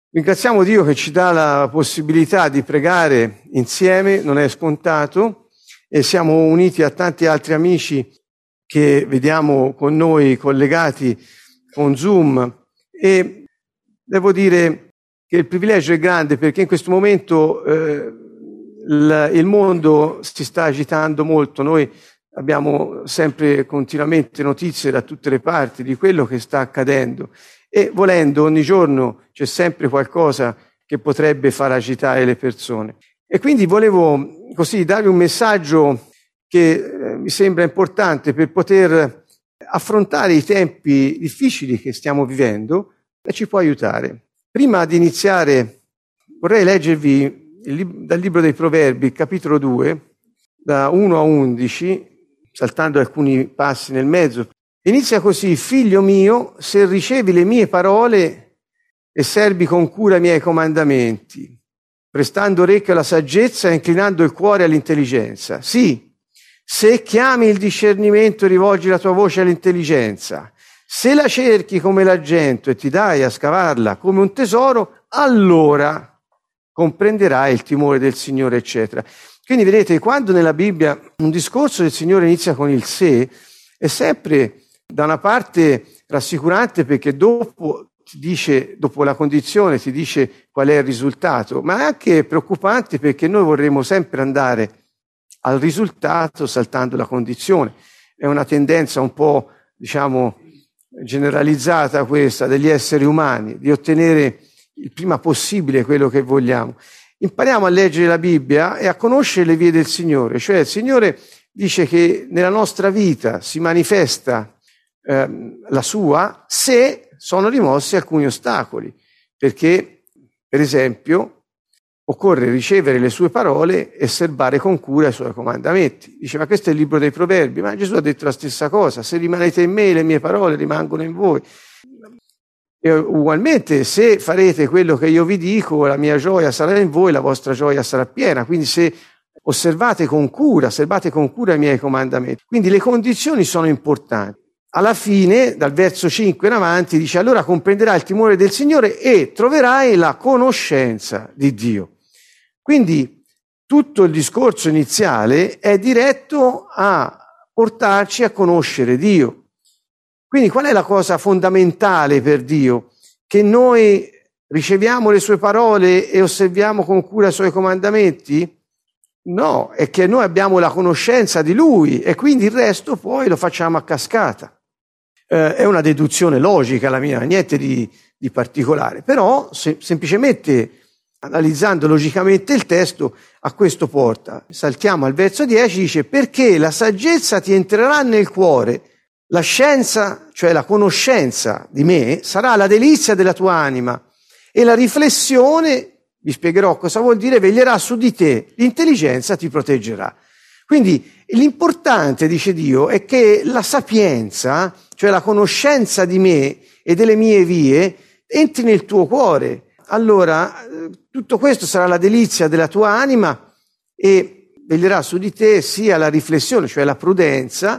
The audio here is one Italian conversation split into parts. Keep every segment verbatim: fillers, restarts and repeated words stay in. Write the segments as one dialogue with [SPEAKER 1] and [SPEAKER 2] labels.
[SPEAKER 1] Ringraziamo Dio che ci dà la possibilità di pregare insieme, non è scontato, e siamo uniti a tanti altri amici che vediamo con noi collegati con Zoom, e devo dire che il privilegio è grande perché in questo momento eh, il, il mondo si sta agitando molto. Noi abbiamo sempre continuamente notizie da tutte le parti di quello che sta accadendo. E volendo, ogni giorno c'è sempre qualcosa che potrebbe far agitare le persone. E quindi volevo così darvi un messaggio che eh, mi sembra importante per poter affrontare i tempi difficili che stiamo vivendo e ci può aiutare. Prima di iniziare vorrei leggervi il lib- dal libro dei Proverbi, capitolo due, da uno a undici, saltando alcuni passi nel mezzo. Inizia così: figlio mio, se ricevi le mie parole e servi con cura i miei comandamenti, prestando orecchio alla saggezza e inclinando il cuore all'intelligenza. Sì, se chiami il discernimento e rivolgi la tua voce all'intelligenza, se la cerchi come l'argento e ti dai a scavarla come un tesoro, allora comprenderai il timore del Signore, eccetera. Quindi vedete, quando nella Bibbia un discorso del Signore inizia con il se, è sempre da una parte rassicurante perché dopo ti dice, dopo la condizione ti dice qual è il risultato, ma è anche preoccupante perché noi vorremmo sempre andare al risultato saltando la condizione. È una tendenza un po', diciamo, generalizzata questa degli esseri umani, di ottenere il prima possibile quello che vogliamo. Impariamo a leggere la Bibbia e a conoscere le vie del Signore, cioè il Signore dice che nella nostra vita si manifesta la sua se sono rimossi alcuni ostacoli, perché per esempio occorre ricevere le sue parole e serbare con cura i suoi comandamenti. Dice, ma questo è il libro dei Proverbi, ma Gesù ha detto la stessa cosa: se rimanete in me le mie parole rimangono in voi. E ugualmente, se farete quello che io vi dico, la mia gioia sarà in voi, la vostra gioia sarà piena. Quindi se osservate con cura, osservate con cura i miei comandamenti. Quindi le condizioni sono importanti. Alla fine, dal verso cinque in avanti, dice: allora comprenderai il timore del Signore e troverai la conoscenza di Dio. Quindi tutto il discorso iniziale è diretto a portarci a conoscere Dio. Quindi qual è la cosa fondamentale per Dio? Che noi riceviamo le sue parole e osserviamo con cura i suoi comandamenti? No, è che noi abbiamo la conoscenza di Lui e quindi il resto poi lo facciamo a cascata. Eh, è una deduzione logica la mia, niente di, di particolare, però se, semplicemente analizzando logicamente il testo a questo porta. Saltiamo al verso dieci, dice: perché la saggezza ti entrerà nel cuore, la scienza, cioè la conoscenza di me, sarà la delizia della tua anima e la riflessione, vi spiegherò cosa vuol dire, veglierà su di te, l'intelligenza ti proteggerà. Quindi l'importante, dice Dio, è che la sapienza, cioè la conoscenza di me e delle mie vie, entri nel tuo cuore. Allora tutto questo sarà la delizia della tua anima e veglierà su di te sia la riflessione, cioè la prudenza,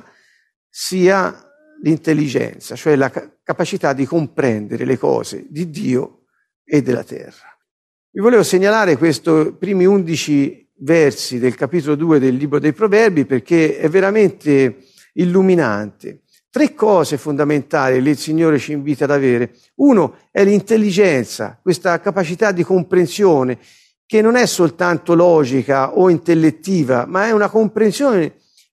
[SPEAKER 1] sia l'intelligenza, cioè la capacità di comprendere le cose di Dio e della terra. Vi volevo segnalare questi primi undici versi del capitolo due del libro dei Proverbi perché è veramente illuminante. Tre cose fondamentali che il Signore ci invita ad avere. Uno è l'intelligenza, questa capacità di comprensione che non è soltanto logica o intellettiva, ma è una comprensione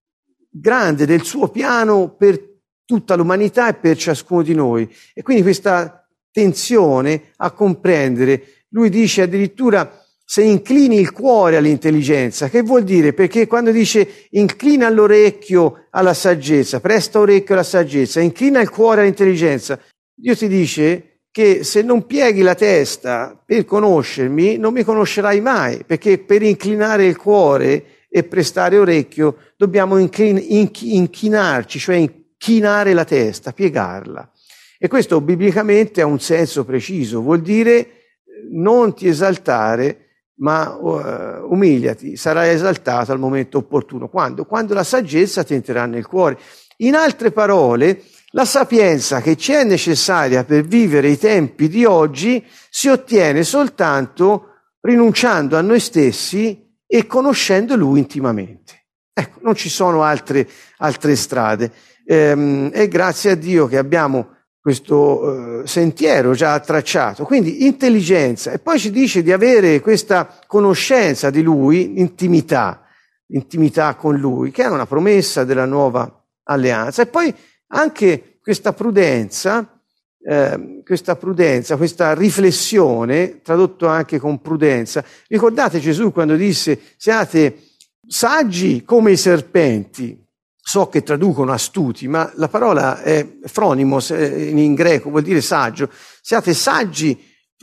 [SPEAKER 1] grande del suo piano per tutta l'umanità e per ciascuno di noi. E quindi questa tensione a comprendere, lui dice addirittura: se inclini il cuore all'intelligenza. Che vuol dire? Perché quando dice inclina l'orecchio alla saggezza, presta orecchio alla saggezza, inclina il cuore all'intelligenza, Dio ti dice che se non pieghi la testa per conoscermi, non mi conoscerai mai, perché per inclinare il cuore e prestare orecchio dobbiamo inclin- inch- inchinarci, cioè inchinare la testa, piegarla. E questo biblicamente ha un senso preciso, vuol dire non ti esaltare, ma uh, umiliati, sarai esaltato al momento opportuno. Quando? Quando la saggezza ti entrerà nel cuore. In altre parole, La sapienza che ci è necessaria per vivere i tempi di oggi si ottiene soltanto rinunciando a noi stessi e conoscendo Lui intimamente. Ecco, non ci sono altre, altre strade. Ehm, e grazie a Dio che abbiamo questo eh, sentiero già tracciato. Quindi intelligenza. E poi ci dice di avere questa conoscenza di Lui, intimità, intimità con Lui, che è una promessa della nuova alleanza. E poi anche questa prudenza, eh, questa prudenza, questa riflessione, tradotto anche con prudenza. Ricordate Gesù quando disse siate saggi come i serpenti. So che traducono astuti, ma la parola è phronimos in greco, vuol dire saggio. Siate saggi,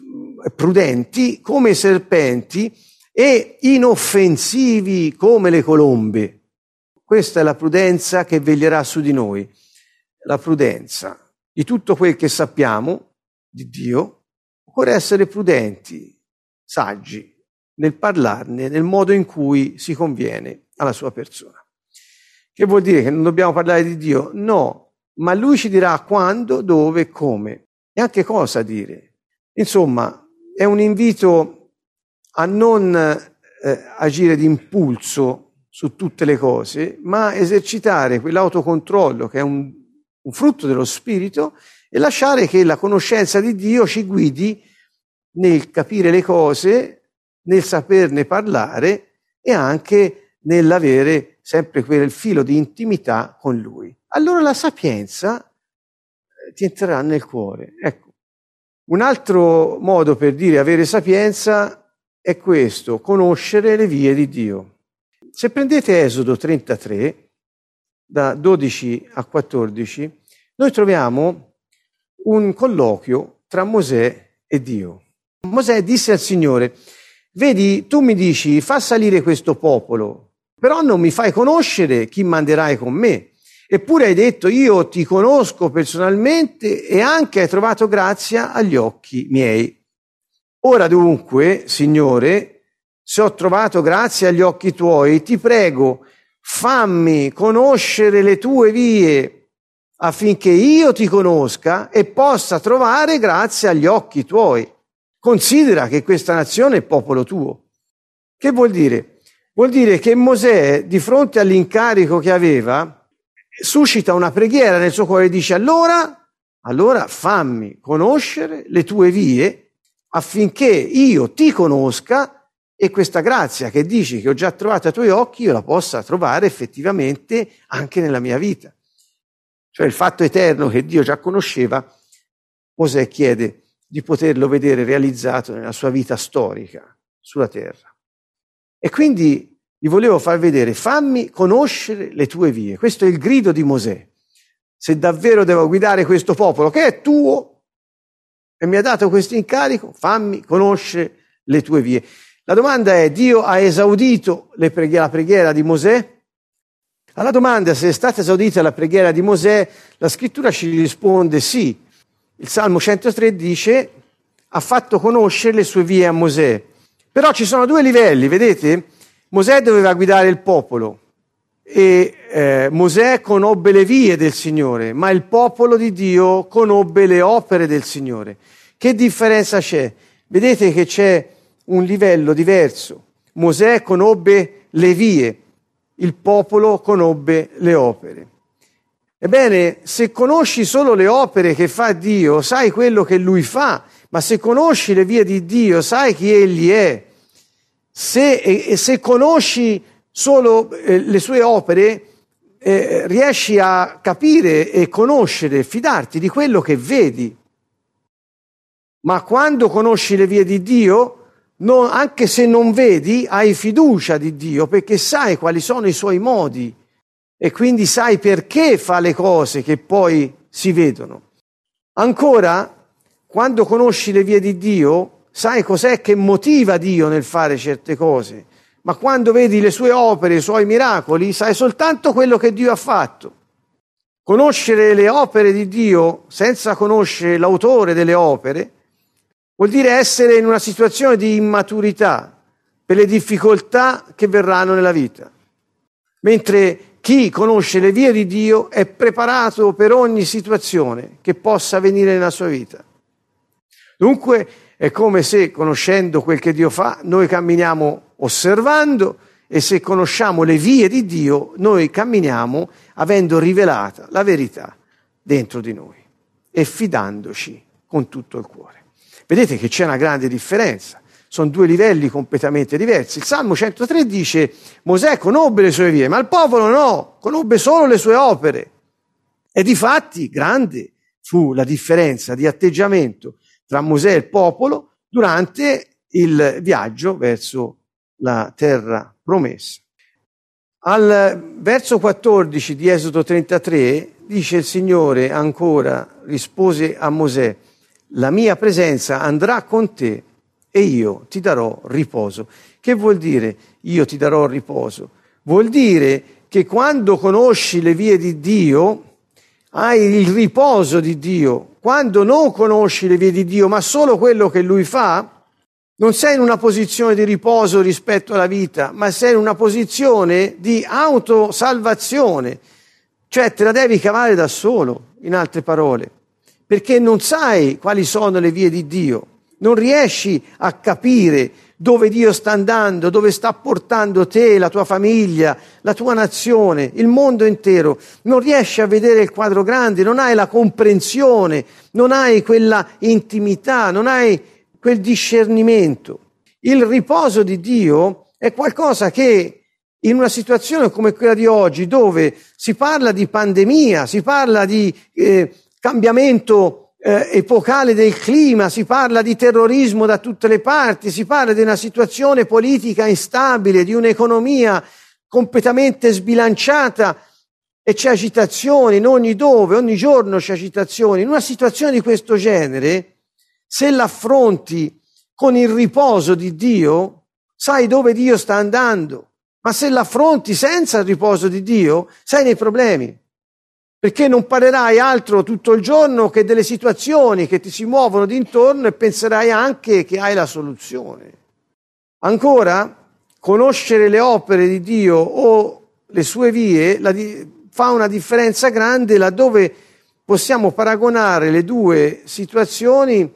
[SPEAKER 1] prudenti come i serpenti e inoffensivi come le colombe. Questa è la prudenza che veglierà su di noi. La prudenza di tutto quel che sappiamo di Dio, occorre essere prudenti, saggi nel parlarne, nel modo in cui si conviene alla sua persona. Che vuol dire che non dobbiamo parlare di Dio? No, ma Lui ci dirà quando, dove, come e anche cosa dire. Insomma, è un invito a non eh, agire d'impulso su tutte le cose, ma esercitare quell'autocontrollo che è un un frutto dello Spirito e lasciare che la conoscenza di Dio ci guidi nel capire le cose, nel saperne parlare e anche nell'avere sempre quel filo di intimità con Lui. Allora la sapienza ti entrerà nel cuore. Ecco, un altro modo per dire avere sapienza è questo, conoscere le vie di Dio. Se prendete Esodo trentatré, da dodici a quattordici, noi troviamo un colloquio tra Mosè e Dio. Mosè disse al Signore, vedi, tu mi dici, fa salire questo popolo, però non mi fai conoscere chi manderai con me. Eppure hai detto, io ti conosco personalmente e anche hai trovato grazia agli occhi miei. Ora dunque, Signore, se ho trovato grazia agli occhi tuoi, ti prego, fammi conoscere le tue vie affinché io ti conosca e possa trovare grazia agli occhi tuoi. Considera che questa nazione è popolo tuo. Che vuol dire? Vuol dire che Mosè, di fronte all'incarico che aveva, suscita una preghiera nel suo cuore e dice allora, allora fammi conoscere le tue vie affinché io ti conosca e questa grazia che dici che ho già trovato ai tuoi occhi, io la possa trovare effettivamente anche nella mia vita. Cioè il fatto eterno che Dio già conosceva, Mosè chiede di poterlo vedere realizzato nella sua vita storica sulla terra. E quindi vi volevo far vedere, fammi conoscere le tue vie. Questo è il grido di Mosè. Se davvero devo guidare questo popolo che è tuo e mi ha dato questo incarico, fammi conoscere le tue vie. La domanda è, Dio ha esaudito le preghi- la preghiera di Mosè? Alla domanda se è stata esaudita la preghiera di Mosè, la scrittura ci risponde sì. Il Salmo centotré dice, ha fatto conoscere le sue vie a Mosè. Però ci sono due livelli, vedete? Mosè doveva guidare il popolo e eh, Mosè conobbe le vie del Signore, ma il popolo di Dio conobbe le opere del Signore. Che differenza c'è? Vedete che c'è un livello diverso. Mosè conobbe le vie, il popolo conobbe le opere. Ebbene, se conosci solo le opere che fa Dio, sai quello che Lui fa, ma se conosci le vie di Dio, sai chi Egli è. Se, e, e se conosci solo eh, le sue opere, eh, riesci a capire e conoscere, fidarti di quello che vedi. Ma quando conosci le vie di Dio, non, anche se non vedi, hai fiducia di Dio, perché sai quali sono i suoi modi e quindi sai perché fa le cose che poi si vedono. Ancora, quando conosci le vie di Dio, sai cos'è che motiva Dio nel fare certe cose, ma quando vedi le sue opere, i suoi miracoli, sai soltanto quello che Dio ha fatto. Conoscere le opere di Dio senza conoscere l'autore delle opere vuol dire essere in una situazione di immaturità per le difficoltà che verranno nella vita. Mentre Chi conosce le vie di Dio è preparato per ogni situazione che possa avvenire nella sua vita. Dunque è come se, conoscendo quel che Dio fa, noi camminiamo osservando, e se conosciamo le vie di Dio, noi camminiamo avendo rivelata la verità dentro di noi e fidandoci con tutto il cuore. Vedete che c'è una grande differenza. Sono due livelli completamente diversi. Il Salmo centotré dice: Mosè conobbe le sue vie, ma il popolo no, conobbe solo le sue opere. E difatti grande fu la differenza di atteggiamento tra Mosè e il popolo durante il viaggio verso la terra promessa. Al verso quattordici di Esodo trentatré dice il Signore ancora, rispose a Mosè: la mia presenza andrà con te e io ti darò riposo. Che vuol dire io ti darò riposo? Vuol dire che quando conosci le vie di Dio, hai il riposo di Dio. Quando non conosci le vie di Dio, ma solo quello che Lui fa, non sei in una posizione di riposo rispetto alla vita, ma sei in una posizione di autosalvazione. Cioè te la devi cavare da solo, in altre parole, perché non sai quali sono le vie di Dio. Non riesci a capire dove Dio sta andando, dove sta portando te, la tua famiglia, la tua nazione, il mondo intero. Non riesci a vedere il quadro grande, non hai la comprensione, non hai quella intimità, non hai quel discernimento. Il riposo di Dio è qualcosa che in una situazione come quella di oggi, dove si parla di pandemia, si parla di eh, cambiamento Eh, epocale del clima, si parla di terrorismo da tutte le parti, si parla di una situazione politica instabile, di un'economia completamente sbilanciata e c'è agitazione in ogni dove, ogni giorno c'è agitazione. In una situazione di questo genere, se l'affronti con il riposo di Dio, sai dove Dio sta andando, ma se l'affronti senza il riposo di Dio, sei nei problemi. Perché non parlerai altro tutto il giorno che delle situazioni che ti si muovono d'intorno e penserai anche che hai la soluzione. Ancora, conoscere le opere di Dio o le sue vie la di- fa una differenza grande laddove possiamo paragonare le due situazioni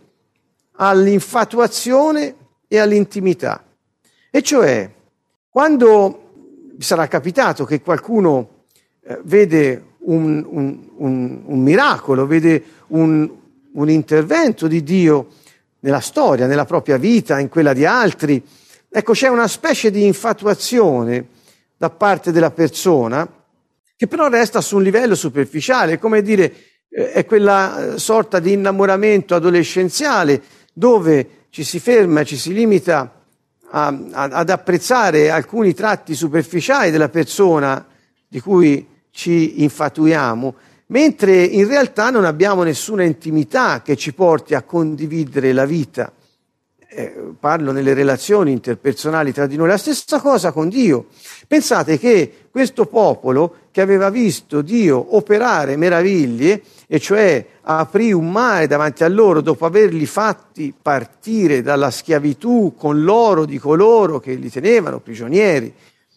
[SPEAKER 1] all'infatuazione e all'intimità. E cioè, quando vi sarà capitato che qualcuno eh, vede Un, un, un, un miracolo, vede un, un intervento di Dio nella storia, nella propria vita, in quella di altri. Ecco, c'è una specie di infatuazione da parte della persona che però resta su un livello superficiale, come dire, eh, è quella sorta di innamoramento adolescenziale dove ci si ferma, ci si limita a, a, ad apprezzare alcuni tratti superficiali della persona di cui ci infatuiamo, mentre in realtà non abbiamo nessuna intimità che ci porti a condividere la vita. Eh, parlo nelle relazioni interpersonali tra di noi, la stessa cosa con Dio. Pensate che questo popolo che aveva visto Dio operare meraviglie, e cioè aprì un mare davanti a loro dopo averli fatti partire dalla schiavitù con l'oro di coloro che li tenevano prigionieri,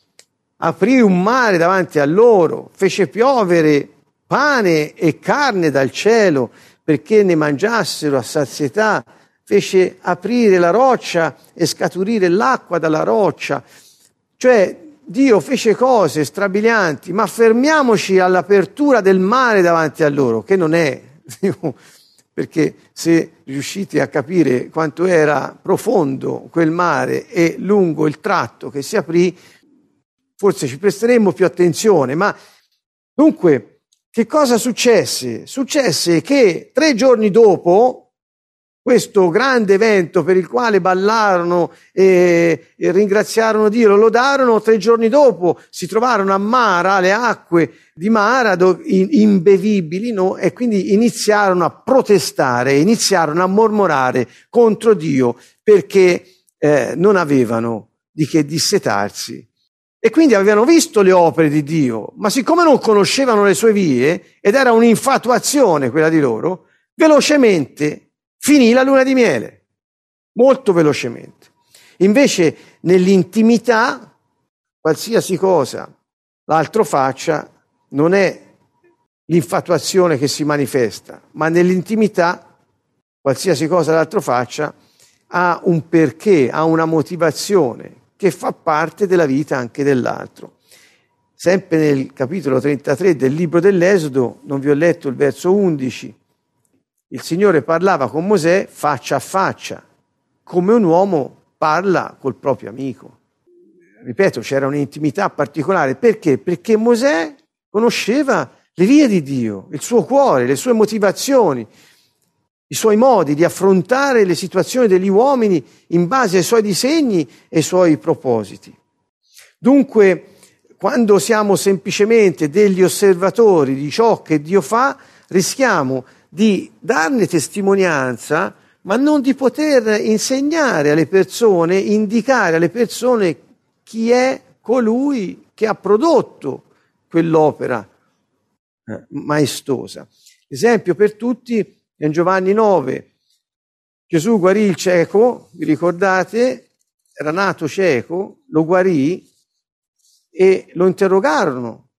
[SPEAKER 1] aprì un mare davanti a loro, fece piovere pane e carne dal cielo perché ne mangiassero a sazietà, fece aprire la roccia e scaturire l'acqua dalla roccia. Cioè Dio fece cose strabilianti, ma fermiamoci all'apertura del mare davanti a loro, che non è, perché se riuscite a capire quanto era profondo quel mare e lungo il tratto che si aprì, forse ci presteremmo più attenzione. Ma dunque, che cosa successe? Successe che tre giorni dopo questo grande evento per il quale ballarono e, e ringraziarono Dio, lo lodarono, tre giorni dopo si trovarono a Mara, le acque di Mara, do, in, imbevibili, no? E quindi iniziarono a protestare, iniziarono a mormorare contro Dio perché eh, non avevano di che dissetarsi. E quindi avevano visto le opere di Dio, ma siccome non conoscevano le sue vie, ed era un'infatuazione quella di loro, velocemente finì la luna di miele, molto velocemente. Invece nell'intimità, qualsiasi cosa l'altro faccia non è l'infatuazione che si manifesta, ma nell'intimità, qualsiasi cosa l'altro faccia ha un perché, ha una motivazione che fa parte della vita anche dell'altro. Sempre nel capitolo trentatré del libro dell'Esodo, non vi ho letto il verso undici, il Signore parlava con Mosè faccia a faccia, come un uomo parla col proprio amico. Ripeto, c'era un'intimità particolare. Perché? Perché Mosè conosceva le vie di Dio, il suo cuore, le sue motivazioni, i suoi modi di affrontare le situazioni degli uomini in base ai suoi disegni e ai suoi propositi. Dunque, quando siamo semplicemente degli osservatori di ciò che Dio fa, rischiamo di darne testimonianza, ma non di poter insegnare alle persone, indicare alle persone chi è colui che ha prodotto quell'opera eh, maestosa. Esempio per tutti è in Giovanni nove. Gesù guarì il cieco, vi ricordate? Era nato cieco, lo guarì e lo interrogarono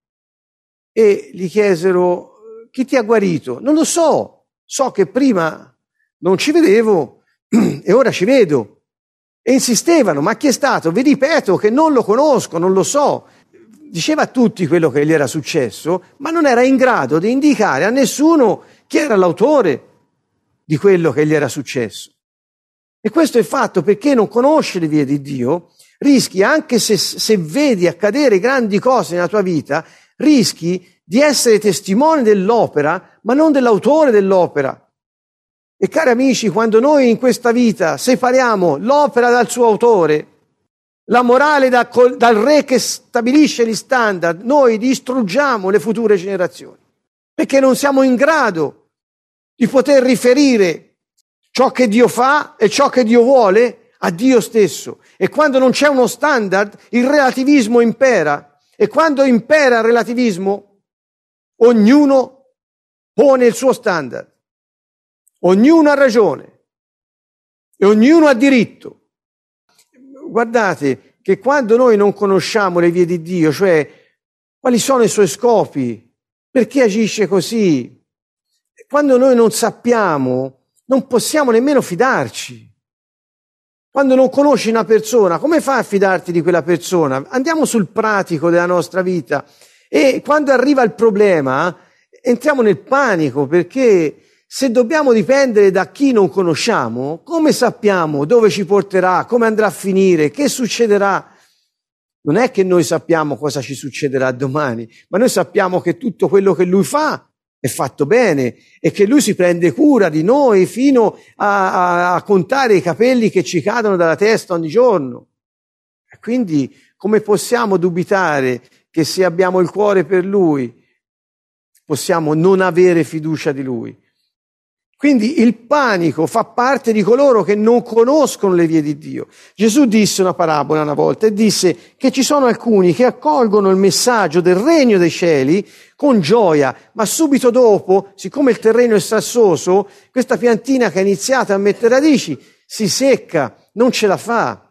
[SPEAKER 1] e gli chiesero: chi ti ha guarito? Non lo so, so che prima non ci vedevo e ora ci vedo. E insistevano: ma chi è stato? Vi ripeto che non lo conosco, non lo so. Diceva a tutti quello che gli era successo, ma non era in grado di indicare a nessuno chi era l'autore di quello che gli era successo. E questo è fatto perché non conosci le vie di Dio, rischi, anche se, se vedi accadere grandi cose nella tua vita, rischi di essere testimone dell'opera, ma non dell'autore dell'opera. E cari amici, quando noi in questa vita separiamo l'opera dal suo autore, la morale da, dal re che stabilisce gli standard, noi distruggiamo le future generazioni, perché non siamo in grado di poter riferire ciò che Dio fa e ciò che Dio vuole a Dio stesso. E quando non c'è uno standard, il relativismo impera. E quando impera il relativismo, ognuno pone il suo standard. Ognuno ha ragione e ognuno ha diritto. Guardate che quando noi non conosciamo le vie di Dio, cioè quali sono i suoi scopi, perché agisce così, quando noi non sappiamo, non possiamo nemmeno fidarci. Quando non conosci una persona, come fai a fidarti di quella persona? Andiamo sul pratico della nostra vita e quando arriva il problema entriamo nel panico, perché se dobbiamo dipendere da chi non conosciamo, come sappiamo dove ci porterà, come andrà a finire, che succederà? Non è che noi sappiamo cosa ci succederà domani, ma noi sappiamo che tutto quello che Lui fa è fatto bene e che Lui si prende cura di noi fino a, a, a contare i capelli che ci cadono dalla testa ogni giorno. E quindi come possiamo dubitare che se abbiamo il cuore per Lui possiamo non avere fiducia di Lui? Quindi il panico fa parte di coloro che non conoscono le vie di Dio. Gesù disse una parabola una volta e disse che ci sono alcuni che accolgono il messaggio del regno dei cieli con gioia, ma subito dopo, siccome il terreno è sassoso, questa piantina che ha iniziato a mettere radici si secca, non ce la fa.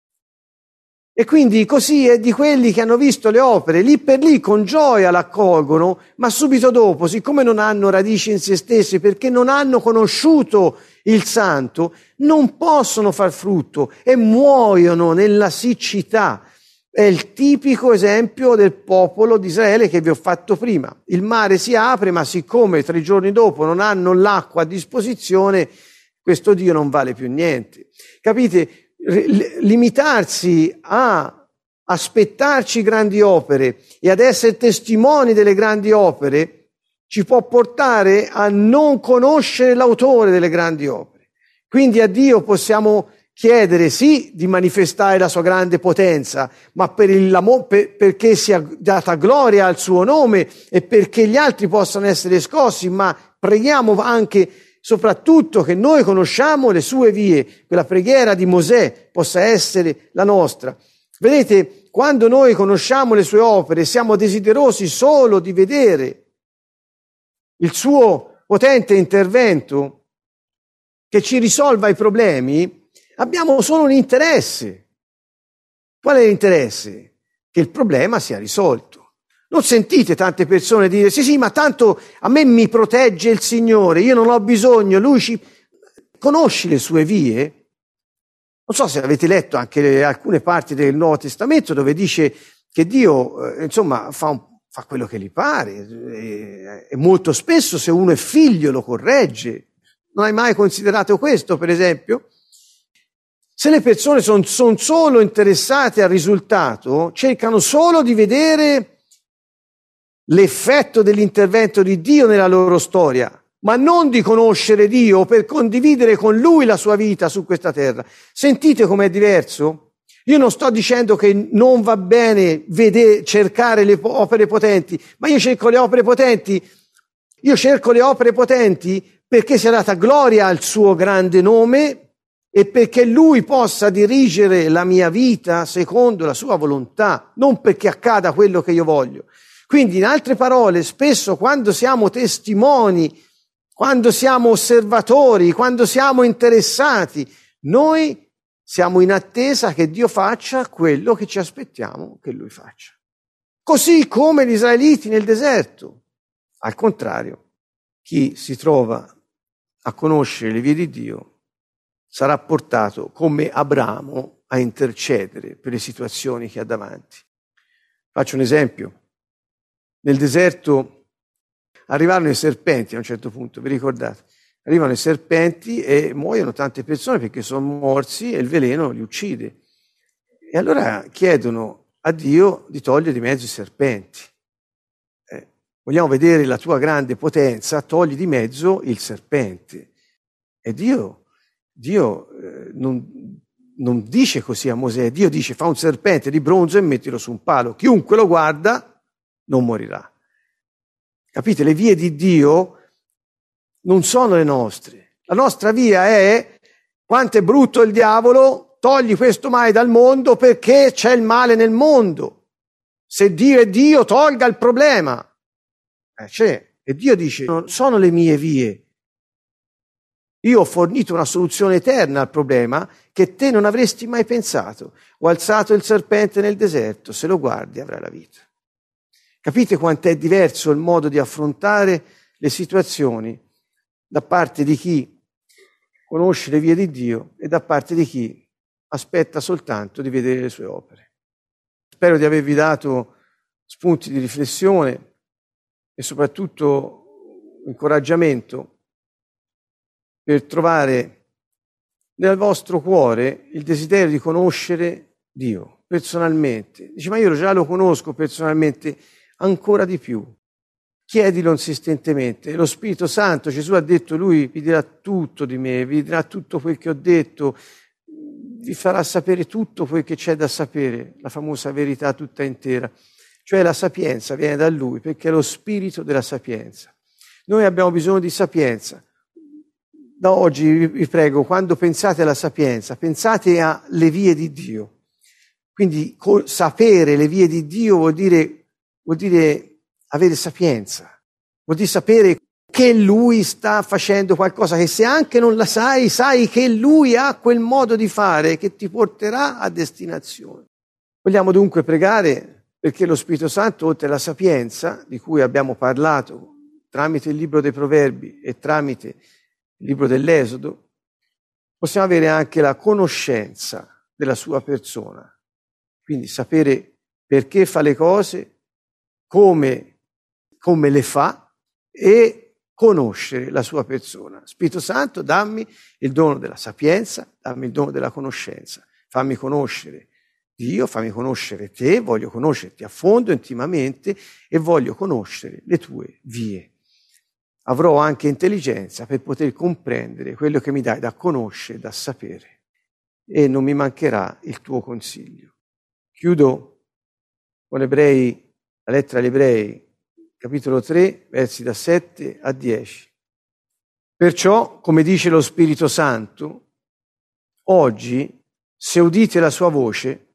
[SPEAKER 1] E quindi così è di quelli che hanno visto le opere, lì per lì con gioia l'accolgono, ma subito dopo, siccome non hanno radici in se stessi, perché non hanno conosciuto il Santo, non possono far frutto e muoiono nella siccità. È il tipico esempio del popolo di Israele che vi ho fatto prima. Il mare si apre, ma siccome tre giorni dopo non hanno l'acqua a disposizione, questo Dio non vale più niente. Capite? Limitarsi a aspettarci grandi opere e ad essere testimoni delle grandi opere ci può portare a non conoscere l'autore delle grandi opere. Quindi a Dio possiamo chiedere sì di manifestare la sua grande potenza, ma per il, per, perché sia data gloria al suo nome e perché gli altri possano essere scossi, ma preghiamo anche soprattutto che noi conosciamo le sue vie, quella preghiera di Mosè possa essere la nostra. Vedete, quando noi conosciamo le sue opere, siamo desiderosi solo di vedere il suo potente intervento che ci risolva i problemi, abbiamo solo un interesse. Qual è l'interesse? Che il problema sia risolto. Non sentite tante persone dire sì sì, ma tanto a me mi protegge il Signore, io non ho bisogno, Lui ci... Conosci le sue vie? Non so se avete letto anche le, alcune parti del Nuovo Testamento dove dice che Dio, eh, insomma, fa, un, fa quello che gli pare e, e molto spesso se uno è figlio lo corregge. Non hai mai considerato questo, per esempio? Se le persone sono son solo interessate al risultato, cercano solo di vedere l'effetto dell'intervento di Dio nella loro storia, ma non di conoscere Dio per condividere con Lui la sua vita su questa terra. Sentite com'è diverso? Io non sto dicendo che non va bene vedere, cercare le opere potenti, ma io cerco le opere potenti, io cerco le opere potenti perché sia data gloria al suo grande nome e perché Lui possa dirigere la mia vita secondo la sua volontà, non perché accada quello che io voglio. Quindi, in altre parole, spesso quando siamo testimoni, quando siamo osservatori, quando siamo interessati, noi siamo in attesa che Dio faccia quello che ci aspettiamo che Lui faccia. Così come gli israeliti nel deserto. Al contrario, chi si trova a conoscere le vie di Dio sarà portato come Abramo a intercedere per le situazioni che ha davanti. Faccio un esempio. Nel deserto arrivarono i serpenti a un certo punto, vi ricordate? Arrivano i serpenti e muoiono tante persone perché sono morsi e il veleno li uccide. E allora chiedono a Dio di togliere di mezzo i serpenti. Eh, vogliamo vedere la tua grande potenza, togli di mezzo il serpente. E Dio, Dio eh, non, non dice così a Mosè, Dio dice fa un serpente di bronzo e mettilo su un palo. Chiunque lo guarda non morirà. Capite? Le vie di Dio non sono le nostre. La nostra via è quanto è brutto il diavolo, togli questo male dal mondo perché c'è il male nel mondo. Se Dio è Dio, tolga il problema. Eh, c'è. E Dio dice, non sono le mie vie. Io ho fornito una soluzione eterna al problema che te non avresti mai pensato. Ho alzato il serpente nel deserto, se lo guardi avrai la vita. Capite quanto è diverso il modo di affrontare le situazioni da parte di chi conosce le vie di Dio e da parte di chi aspetta soltanto di vedere le sue opere. Spero di avervi dato spunti di riflessione e soprattutto incoraggiamento per trovare nel vostro cuore il desiderio di conoscere Dio personalmente. Dice, ma io già lo conosco personalmente. Ancora di più, chiedilo insistentemente. Lo Spirito Santo, Gesù ha detto, Lui vi dirà tutto di me, vi dirà tutto quel che ho detto, vi farà sapere tutto quel che c'è da sapere, la famosa verità tutta intera. Cioè la sapienza viene da Lui, perché è lo Spirito della sapienza. Noi abbiamo bisogno di sapienza. Da oggi vi prego, quando pensate alla sapienza, pensate alle vie di Dio. Quindi sapere le vie di Dio vuol dire Vuol dire avere sapienza, vuol dire sapere che Lui sta facendo qualcosa, che se anche non la sai, sai che Lui ha quel modo di fare che ti porterà a destinazione. Vogliamo dunque pregare perché lo Spirito Santo, oltre alla sapienza di cui abbiamo parlato tramite il libro dei Proverbi e tramite il libro dell'Esodo, possiamo avere anche la conoscenza della sua persona, quindi sapere perché fa le cose, Come, come le fa e conoscere la sua persona. Spirito Santo, dammi il dono della sapienza, dammi il dono della conoscenza, fammi conoscere Dio, fammi conoscere te, voglio conoscerti a fondo, intimamente e voglio conoscere le tue vie. Avrò anche intelligenza per poter comprendere quello che mi dai da conoscere, da sapere e non mi mancherà il tuo consiglio. Chiudo con Ebrei, la lettera agli Ebrei, capitolo tre, versi da sette a dieci. Perciò, come dice lo Spirito Santo, oggi, se udite la sua voce,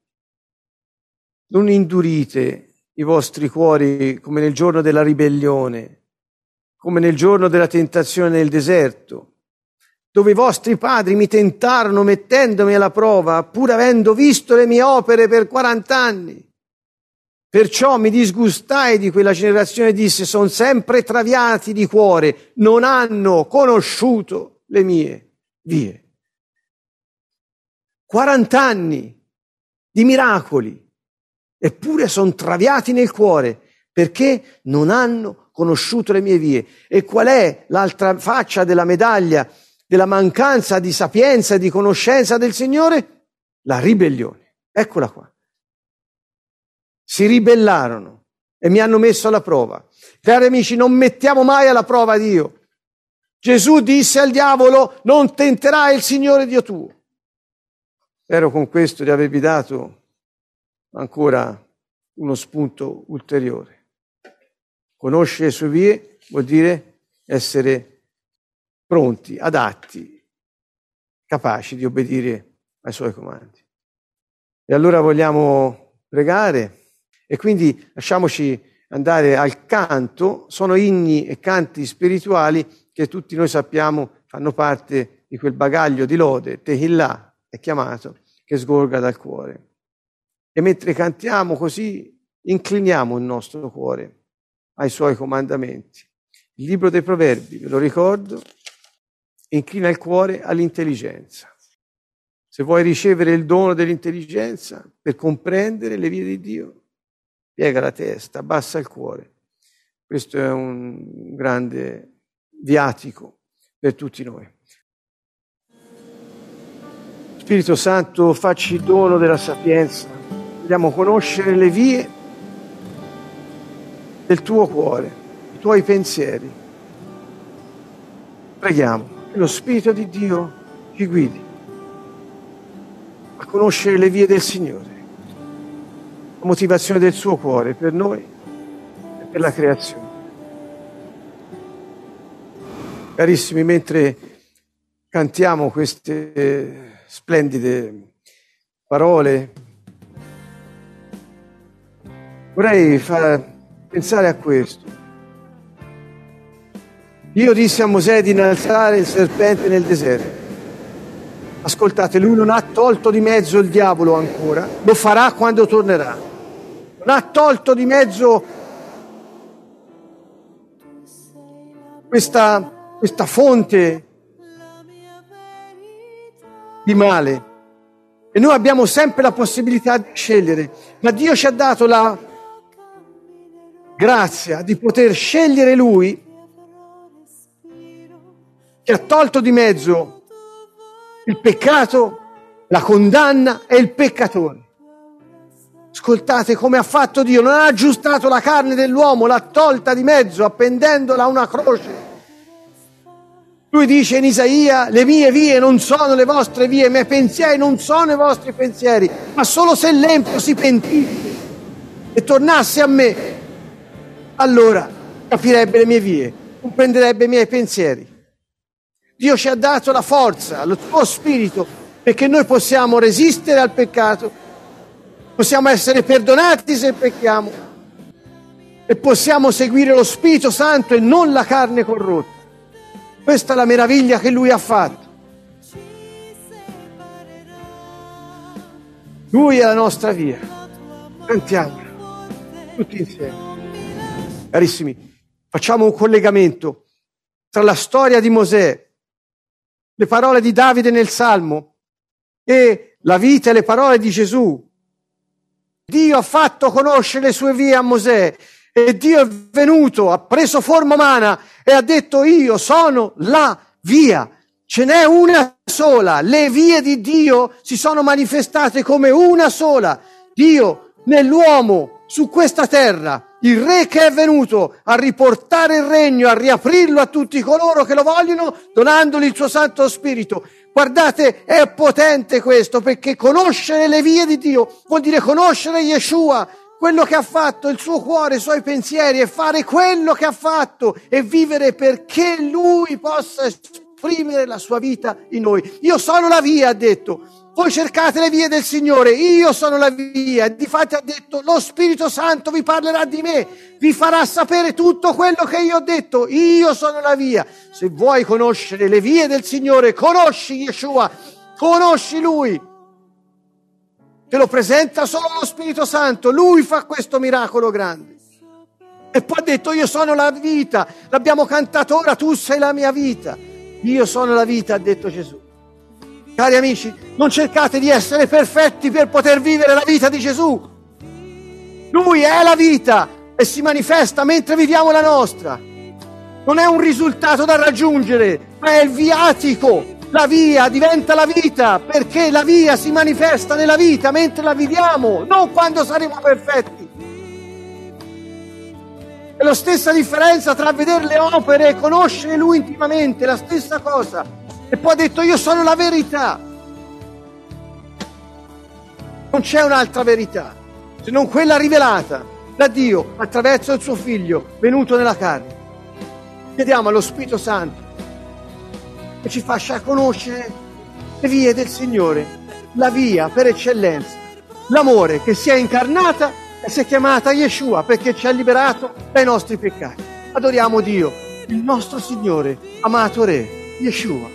[SPEAKER 1] non indurite i vostri cuori come nel giorno della ribellione, come nel giorno della tentazione nel deserto, dove i vostri padri mi tentarono mettendomi alla prova, pur avendo visto le mie opere per quarant'anni. Perciò mi disgustai di quella generazione e disse: sono sempre traviati di cuore, non hanno conosciuto le mie vie. quarant'anni di miracoli, eppure sono traviati nel cuore perché non hanno conosciuto le mie vie. E qual è l'altra faccia della medaglia della mancanza di sapienza e di conoscenza del Signore? La ribellione. Eccola qua. Si ribellarono e mi hanno messo alla prova. Cari amici, non mettiamo mai alla prova Dio. Gesù disse al diavolo: non tenterai il Signore Dio tuo. Spero con questo di avervi dato ancora uno spunto ulteriore. Conoscere le sue vie vuol dire essere pronti, adatti, capaci di obbedire ai suoi comandi. E allora vogliamo pregare e quindi lasciamoci andare al canto. Sono inni e canti spirituali che tutti noi sappiamo fanno parte di quel bagaglio di lode, Tehillah è chiamato, che sgorga dal cuore. E mentre cantiamo così incliniamo il nostro cuore ai suoi comandamenti. Il libro dei Proverbi, ve lo ricordo, inclina il cuore all'intelligenza. Se vuoi ricevere il dono dell'intelligenza per comprendere le vie di Dio, piega la testa, abbassa il cuore. Questo è un grande viatico per tutti noi. Spirito Santo, facci il dono della sapienza. Vogliamo conoscere le vie del tuo cuore, i tuoi pensieri. Preghiamo che lo Spirito di Dio ci guidi a conoscere le vie del Signore, la motivazione del suo cuore per noi e per la creazione. Carissimi, mentre cantiamo queste splendide parole, vorrei far pensare a questo. Dio disse a Mosè di innalzare il serpente nel deserto. Ascoltate, lui non ha tolto di mezzo il diavolo ancora, lo farà quando tornerà. Non ha tolto di mezzo questa, questa fonte di male. E noi abbiamo sempre la possibilità di scegliere, ma Dio ci ha dato la grazia di poter scegliere Lui, che ha tolto di mezzo il peccato, la condanna e il peccatore. Ascoltate come ha fatto Dio, non ha aggiustato la carne dell'uomo, l'ha tolta di mezzo appendendola a una croce. Lui dice in Isaia: le mie vie non sono le vostre vie, i miei pensieri non sono i vostri pensieri, ma solo se l'empio si pentisse e tornasse a me, allora capirebbe le mie vie, comprenderebbe i miei pensieri. Dio ci ha dato la forza, lo suo spirito, perché noi possiamo resistere al peccato, possiamo essere perdonati se pecchiamo e possiamo seguire lo Spirito Santo e non la carne corrotta. Questa è la meraviglia che Lui ha fatto. Lui è la nostra via. Cantiamo tutti insieme. Carissimi, facciamo un collegamento tra la storia di Mosè, le parole di Davide nel Salmo e la vita e le parole di Gesù. Dio ha fatto conoscere le sue vie a Mosè e Dio è venuto, ha preso forma umana e ha detto: io sono la via. Ce n'è una sola. Le vie di Dio si sono manifestate come una sola. Dio nell'uomo su questa terra, il Re che è venuto a riportare il regno, a riaprirlo a tutti coloro che lo vogliono, donandogli il suo Santo Spirito. Guardate, è potente questo, perché conoscere le vie di Dio vuol dire conoscere Yeshua, quello che ha fatto, il suo cuore, i suoi pensieri, e fare quello che ha fatto e vivere perché Lui possa esprimere la sua vita in noi. Io sono la via, ha detto. Voi cercate le vie del Signore, io sono la via. Difatti ha detto: lo Spirito Santo vi parlerà di me, vi farà sapere tutto quello che io ho detto. Io sono la via. Se vuoi conoscere le vie del Signore, conosci Yeshua, conosci Lui. Te lo presenta solo lo Spirito Santo, Lui fa questo miracolo grande. E poi ha detto: io sono la vita, l'abbiamo cantato ora, tu sei la mia vita. Io sono la vita, ha detto Gesù. Cari amici, non cercate di essere perfetti per poter vivere la vita di Gesù. Lui è la vita e si manifesta mentre viviamo la nostra. Non è un risultato da raggiungere, ma è il viatico. La via diventa la vita, perché la via si manifesta nella vita mentre la viviamo, non quando saremo perfetti. È la stessa differenza tra vedere le opere e conoscere Lui intimamente, la stessa cosa. E poi ha detto: io sono la verità. Non c'è un'altra verità, se non quella rivelata da Dio attraverso il suo Figlio venuto nella carne. Chiediamo allo Spirito Santo che ci faccia conoscere le vie del Signore, la via per eccellenza, l'amore che si è incarnata e si è chiamata Yeshua, perché ci ha liberato dai nostri peccati. Adoriamo Dio, il nostro Signore, amato Re, Yeshua.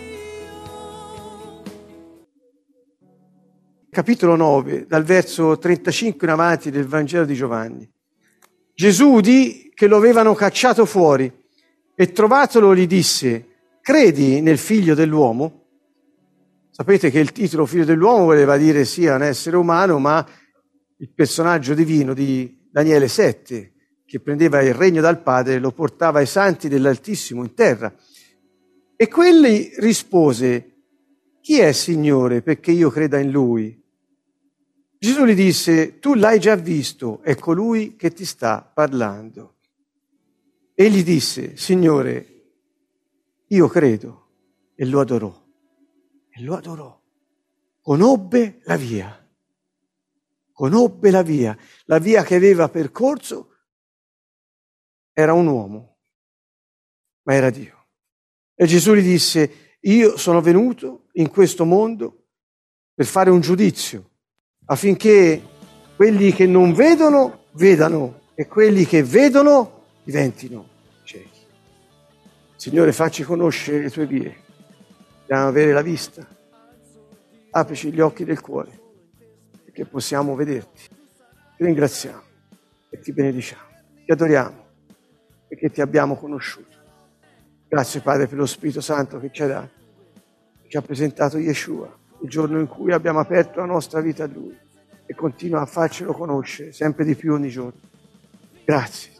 [SPEAKER 1] Capitolo nove, dal verso trentacinque in avanti del Vangelo di Giovanni. Gesù udì che lo avevano cacciato fuori e trovatolo gli disse: credi nel Figlio dell'uomo? Sapete che il titolo Figlio dell'uomo voleva dire sia un essere umano, ma il personaggio divino di Daniele sette, che prendeva il regno dal Padre e lo portava ai santi dell'Altissimo in terra. E quelli rispose: chi è Signore perché io creda in Lui? Gesù gli disse: tu l'hai già visto, è colui che ti sta parlando. Egli disse: Signore, io credo. E lo adorò. E lo adorò. Conobbe la via. Conobbe la via. La via che aveva percorso era un uomo, ma era Dio. E Gesù gli disse: io sono venuto in questo mondo per fare un giudizio, affinché quelli che non vedono vedano e quelli che vedono diventino ciechi. Signore, facci conoscere le tue vie. Dobbiamo avere la vista. Aprici gli occhi del cuore, perché possiamo vederti. Ti ringraziamo e ti benediciamo. Ti adoriamo, perché ti abbiamo conosciuto. Grazie, Padre, per lo Spirito Santo che ci ha dato, che ci ha presentato Yeshua, il giorno in cui abbiamo aperto la nostra vita a Lui, e continua a farcelo conoscere sempre di più ogni giorno. Grazie.